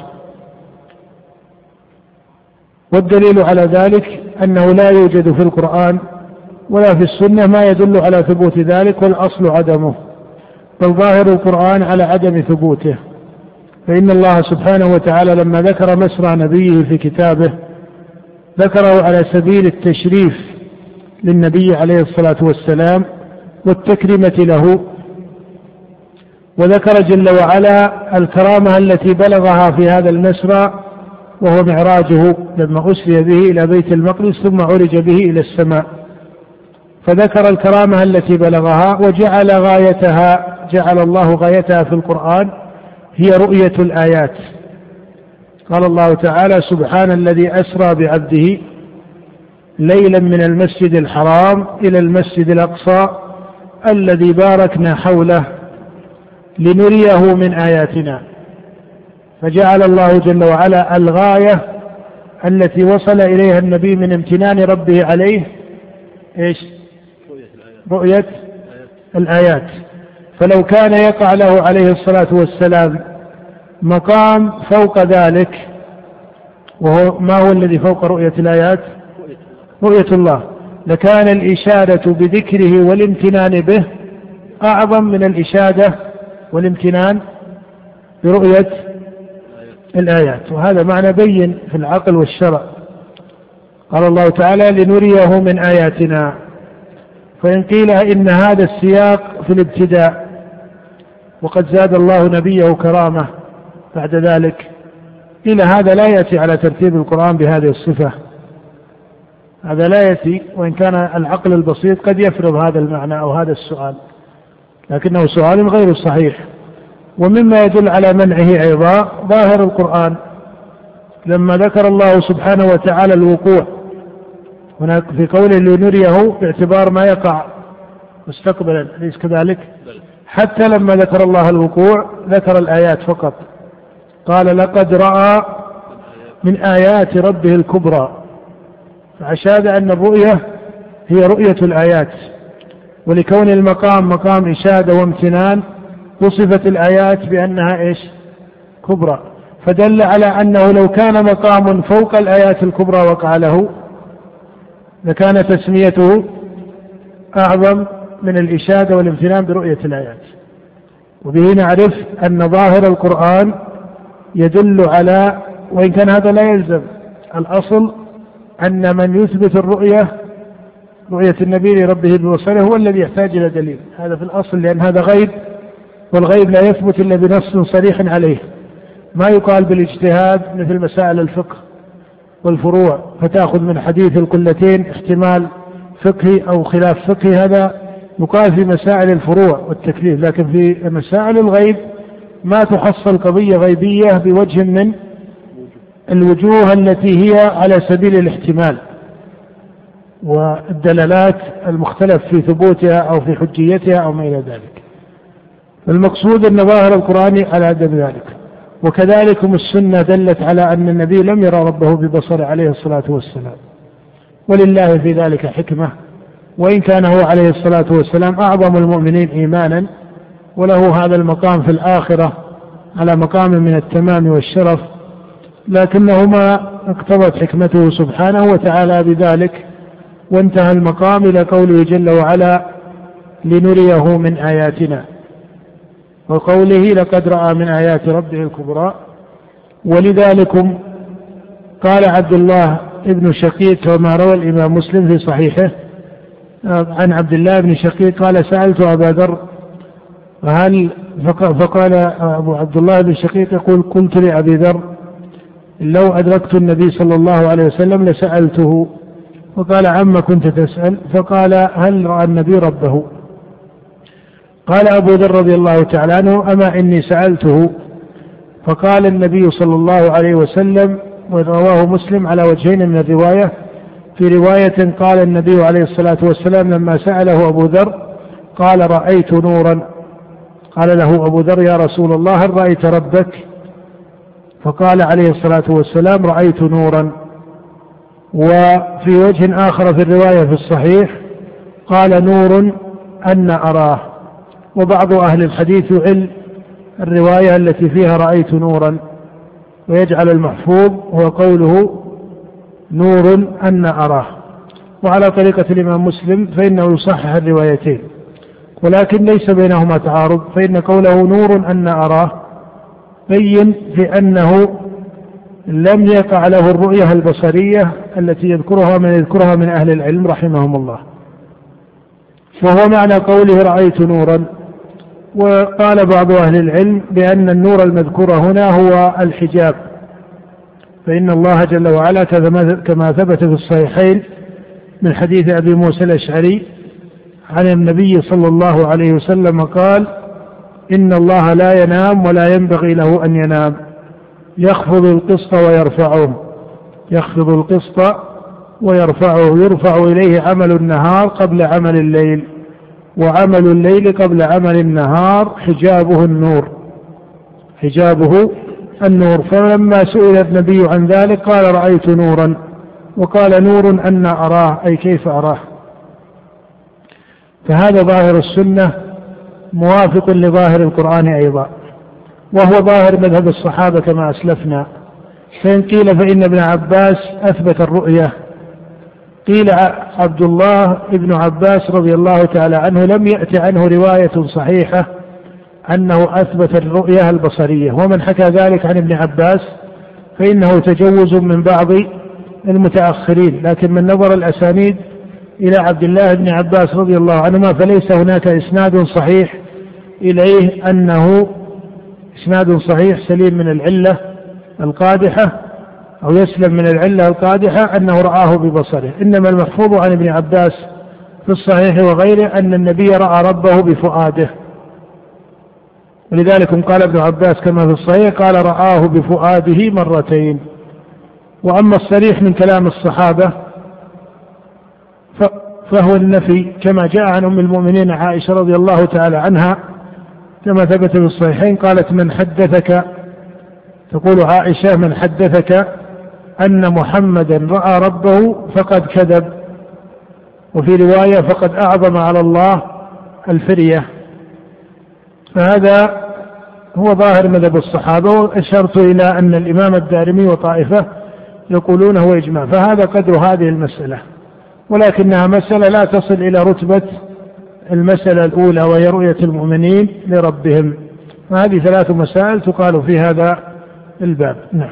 والدليل على ذلك أنه لا يوجد في القرآن ولا في السنة ما يدل على ثبوت ذلك، والأصل عدمه، بل ظاهر القرآن على عدم ثبوته. فإن الله سبحانه وتعالى لما ذكر مسرى نبيه في كتابه ذكره على سبيل التشريف للنبي عليه الصلاة والسلام والتكريمة له، وذكر جل وعلا الكرامة التي بلغها في هذا المسرى وهو معراجه لما أسري به إلى بيت المقدس ثم عرج به إلى السماء، فذكر الكرامة التي بلغها وجعل غايتها جعل الله غايتها في القرآن هي رؤية الآيات. قال الله تعالى سبحان الذي أسرى بعبده ليلا من المسجد الحرام إلى المسجد الأقصى الذي باركنا حوله لنريه من آياتنا. فجعل الله جل وعلا الغاية التي وصل إليها النبي من امتنان ربه عليه إيش؟ رؤية الآيات. فلو كان يقع له عليه الصلاة والسلام مقام فوق ذلك، وهو ما هو الذي فوق رؤية الآيات؟ رؤية الله، لكان الإشادة بذكره والامتنان به أعظم من الإشادة والامتنان برؤية الآيات. وهذا معنى بين في العقل والشرع. قال الله تعالى: لنريه من آياتنا. فإن قيل إن هذا السياق في الابتداء، وقد زاد الله نبيه كرامة بعد ذلك، قيل هذا لا يأتي على ترتيب القرآن بهذه الصفة، هذا لا يأتي، وإن كان العقل البسيط قد يفرض هذا المعنى أو هذا السؤال، لكنه سؤال غير صحيح. ومما يدل على منعه أيضا ظاهر القرآن، لما ذكر الله سبحانه وتعالى الوقوع هناك في قوله لنريه باعتبار ما يقع مستقبلا، أليس كذلك؟ حتى لما ذكر الله الوقوع ذكر الآيات فقط، قال: لقد رأى من آيات ربه الكبرى. فأشاد أن الرؤية هي رؤية الآيات، ولكون المقام مقام إشادة وامتنان وصفت الآيات بأنها إيش؟ كبرى، فدل على أنه لو كان مقام فوق الآيات الكبرى وقع له لكان تسميته أعظم من الإشادة والامتنان برؤية الآيات. وبه نعرف أن ظاهر القرآن يدل على، وإن كان هذا لا يلزم، الأصل أن من يثبت الرؤية رؤية النبي لربه ببصره هو الذي يحتاج إلى دليل، هذا في الأصل، لأن هذا غيب، والغيب لا يثبت إلا بنص صريح عليه، ما يقال بالاجتهاد مثل مسائل الفقه والفروع، فتأخذ من حديث القلتين احتمال فقهي أو خلاف فقهي، هذا يقال في مسائل الفروع والتكليف، لكن في مسائل الغيب ما تحصل قضية غيبية بوجه من الوجوه التي هي على سبيل الاحتمال والدلالات المختلف في ثبوتها أو في حجيتها أو ما إلى ذلك. المقصود أن ظاهر القرآن على عدم ذلك. وكذلك السنة دلت على أن النبي لم يرى ربه ببصره عليه الصلاة والسلام، ولله في ذلك حكمة، وإن كان هو عليه الصلاة والسلام أعظم المؤمنين إيمانا وله هذا المقام في الآخرة على مقام من التمام والشرف، لكنهما اقتضت حكمته سبحانه وتعالى بذلك، وانتهى المقام إلى قوله جل وعلا: لنريه من آياتنا، وقوله لقد رأى من آيات ربه الكبرى. ولذلك قال عبد الله ابن شقيق كما روى الإمام مسلم في صحيحه عن عبد الله بن شقيق قال: سألت أبا ذر هل، فقال أبو عبد الله بن شقيق يقول: قلت لأبي ذر لو أدركت النبي صلى الله عليه وسلم لسألته. فقال: عما كنت تسأل؟ فقال: هل رأى النبي ربه؟ قال أبو ذر رضي الله تعالى عنه: أما إني سألته. فقال النبي صلى الله عليه وسلم، ورواه مسلم على وجهين من الرواية، في رواية قال النبي عليه الصلاة والسلام لما سأله أبو ذر قال: رأيت نورا. قال له أبو ذر: يا رسول الله هل رأيت ربك؟ فقال عليه الصلاة والسلام: رأيت نورا. وفي وجه آخر في الرواية في الصحيح قال: نور أن أراه. وبعض أهل الحديث يعل الرواية التي فيها رأيت نورا ويجعل المحفوظ هو قوله نور أن أراه. وعلى طريقة الإمام مسلم فإنه يصحح الروايتين، ولكن ليس بينهما تعارض، فإن قوله نور أن أراه بين في أنه لم يقع له الرؤية البصرية التي يذكرها من يذكرها من أهل العلم رحمهم الله، وهو معنى قوله رأيت نورا. وقال بعض أهل العلم بأن النور المذكور هنا هو الحجاب، فإن الله جل وعلا كما ثبت في الصحيحين من حديث أبي موسى الأشعري عن النبي صلى الله عليه وسلم قال: إن الله لا ينام ولا ينبغي له أن ينام، يخفض القسط ويرفعه، يخفض القسط ويرفعه، يرفع إليه عمل النهار قبل عمل الليل، وعمل الليل قبل عمل النهار، حجابه النور، حجابه النور. فلما سئل النبي عن ذلك قال رأيت نورا، وقال نور أن أراه، أي كيف أراه. فهذا ظاهر السنة موافق لظاهر القرآن أيضا، وهو ظاهر مذهب الصحابة كما أسلفنا. فإن قيل فإن ابن عباس أثبت الرؤية، قيل عبد الله ابن عباس رضي الله تعالى عنه لم يأت عنه رواية صحيحة أنه أثبت الرؤية البصرية، ومن حكى ذلك عن ابن عباس فإنه تجوز من بعض المتأخرين، لكن من نظر الأسانيد إلى عبد الله بن عباس رضي الله عنهما فليس هناك إسناد صحيح إليه أنه إسناد صحيح سليم من العلة القادحة أو يسلم من العلة القادحة أنه رآه ببصره. إنما المحفوظ عن ابن عباس في الصحيح وغيره أن النبي رأى ربه بفؤاده، ولذلك قال ابن عباس كما في الصحيح قال رآه بفؤاده مرتين. وأما الصريح من كلام الصحابة فهو النفي، كما جاء عن أم المؤمنين عائشة رضي الله تعالى عنها كما ثبت في الصحيحين قالت من حدثك، تقول عائشة من حدثك أن محمدا رأى ربه فقد كذب، وفي رواية فقد أعظم على الله الفرية. فهذا هو ظاهر مذهب الصحابة، وأشرت إلى أن الإمام الدارمي وطائفة يقولون هو إجماع، فهذا قدر هذه المسألة، ولكنها مسألة لا تصل إلى رتبة المسألة الأولى وهي رؤية المؤمنين لربهم. هذه ثلاث مسائل تقال في هذا الباب. نعم.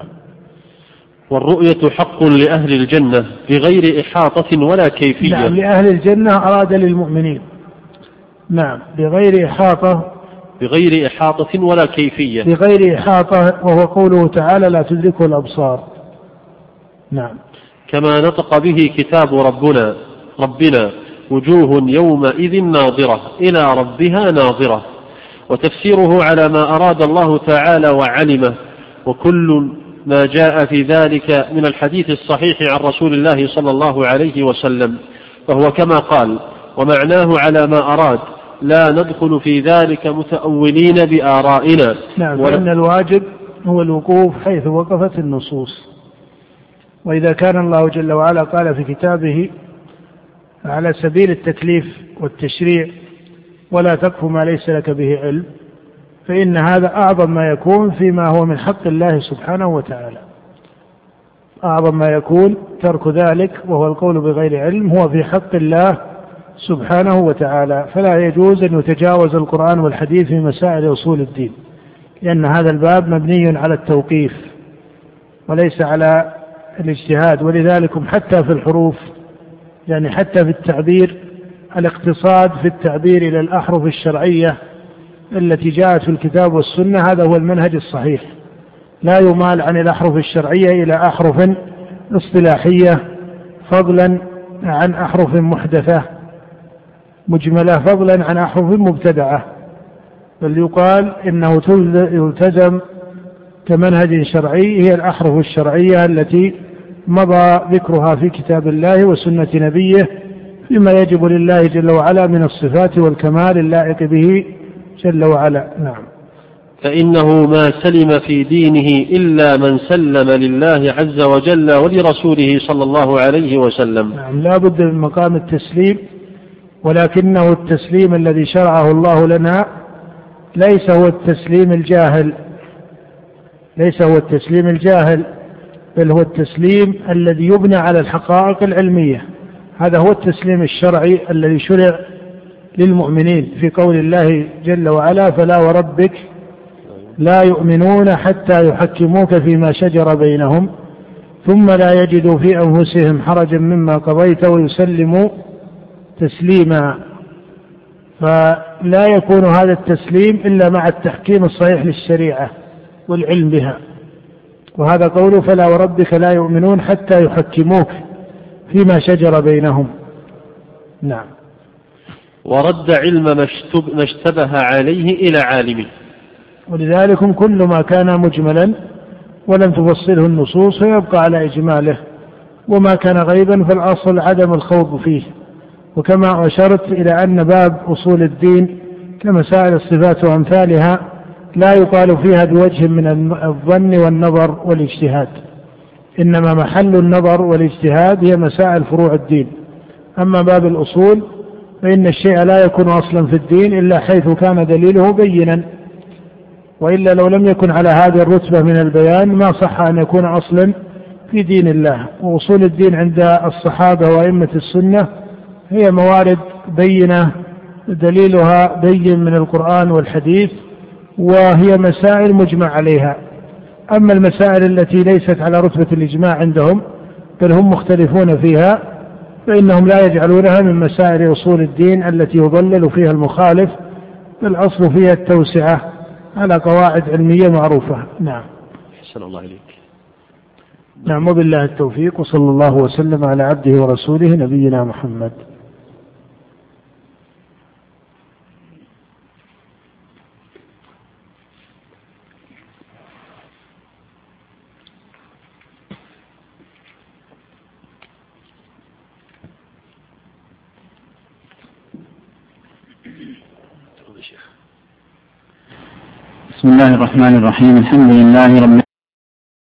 والرؤية حق لأهل الجنة بغير إحاطة ولا كيفية. نعم، لأهل الجنة أراد للمؤمنين. نعم، بغير إحاطة بغير إحاطة ولا كيفية. بغير إحاطة وهو قوله تعالى لا تدركه الأبصار. نعم. كما نطق به كتاب ربنا ربنا وجوه يومئذ ناظرة إلى ربها ناظرة، وتفسيره على ما أراد الله تعالى وعلمه، وكل ما جاء في ذلك من الحديث الصحيح عن رسول الله صلى الله عليه وسلم، فهو كما قال ومعناه على ما أراد، لا ندخل في ذلك متأولين بآرائنا. نعم، وأن الواجب هو الوقوف حيث وقفت النصوص، وإذا كان الله جل وعلا قال في كتابه على سبيل التكليف والتشريع ولا تقف ما ليس لك به علم، فإن هذا أعظم ما يكون فيما هو من حق الله سبحانه وتعالى. أعظم ما يكون ترك ذلك وهو القول بغير علم هو في حق الله سبحانه وتعالى، فلا يجوز أن يتجاوز القرآن والحديث في مسائل أصول الدين، لأن هذا الباب مبني على التوقيف وليس على الاجتهاد. ولذلك حتى في الحروف، يعني حتى في التعبير، الاقتصاد في التعبير إلى الأحرف الشرعية التي جاءت في الكتاب والسنة، هذا هو المنهج الصحيح، لا يمال عن الأحرف الشرعية إلى أحرف اصطلاحية فضلا عن أحرف محدثة مجملة فضلا عن أحرف مبتدعة، بل يقال إنه يلتزم كمنهج شرعي هي الأحرف الشرعية التي مضى ذكرها في كتاب الله وسنة نبيه فيما يجب لله جل وعلا من الصفات والكمال اللائق به جل وعلا. نعم. فإنه ما سلم في دينه إلا من سلم لله عز وجل ولرسوله صلى الله عليه وسلم. نعم، لا بد من مقام التسليم، ولكنه التسليم الذي شرعه الله لنا ليس هو التسليم الجاهل، ليس هو التسليم الجاهل بل هو التسليم الذي يبنى على الحقائق العلمية. هذا هو التسليم الشرعي الذي شرع للمؤمنين في قول الله جل وعلا فلا وربك لا يؤمنون حتى يحكموك فيما شجر بينهم ثم لا يجدوا في أنفسهم حرجا مما قضيت ويسلموا تسليما. فلا يكون هذا التسليم إلا مع التحكيم الصحيح للشريعة والعلم بها، وهذا قوله فلا وربك لا يؤمنون حتى يحكموك فيما شجر بينهم. نعم. ورد علم ما اشتبه عليه إلى عالمه، ولذلك كل ما كان مجملا ولم تفصله النصوص فيبقى على إجماله، وما كان غيبا فالأصل عدم الخوض فيه. وكما أشرت إلى أن باب أصول الدين كمسائل الصفات وأمثالها لا يقال فيها بوجه من الظن والنظر والاجتهاد، إنما محل النظر والاجتهاد هي مسائل فروع الدين. أما باب الأصول فإن الشيء لا يكون أصلا في الدين إلا حيث كان دليله بينا، وإلا لو لم يكن على هذه الرتبة من البيان ما صح أن يكون أصلا في دين الله. وأصول الدين عند الصحابة وأئمة السنة هي موارد بينة دليلها بين من القرآن والحديث، وهي مسائل مجمع عليها. أما المسائل التي ليست على رتبة الإجماع عندهم بل هم مختلفون فيها فإنهم لا يجعلونها من مسائل أصول الدين التي يضلل فيها المخالف، الأصل فيها التوسعة على قواعد علمية معروفة. نعم. أحسن الله إليك. نعم، وبالله التوفيق، وصلى الله وسلم على عبده ورسوله نبينا محمد. بسم الله الرحمن الرحيم. الحمد لله رب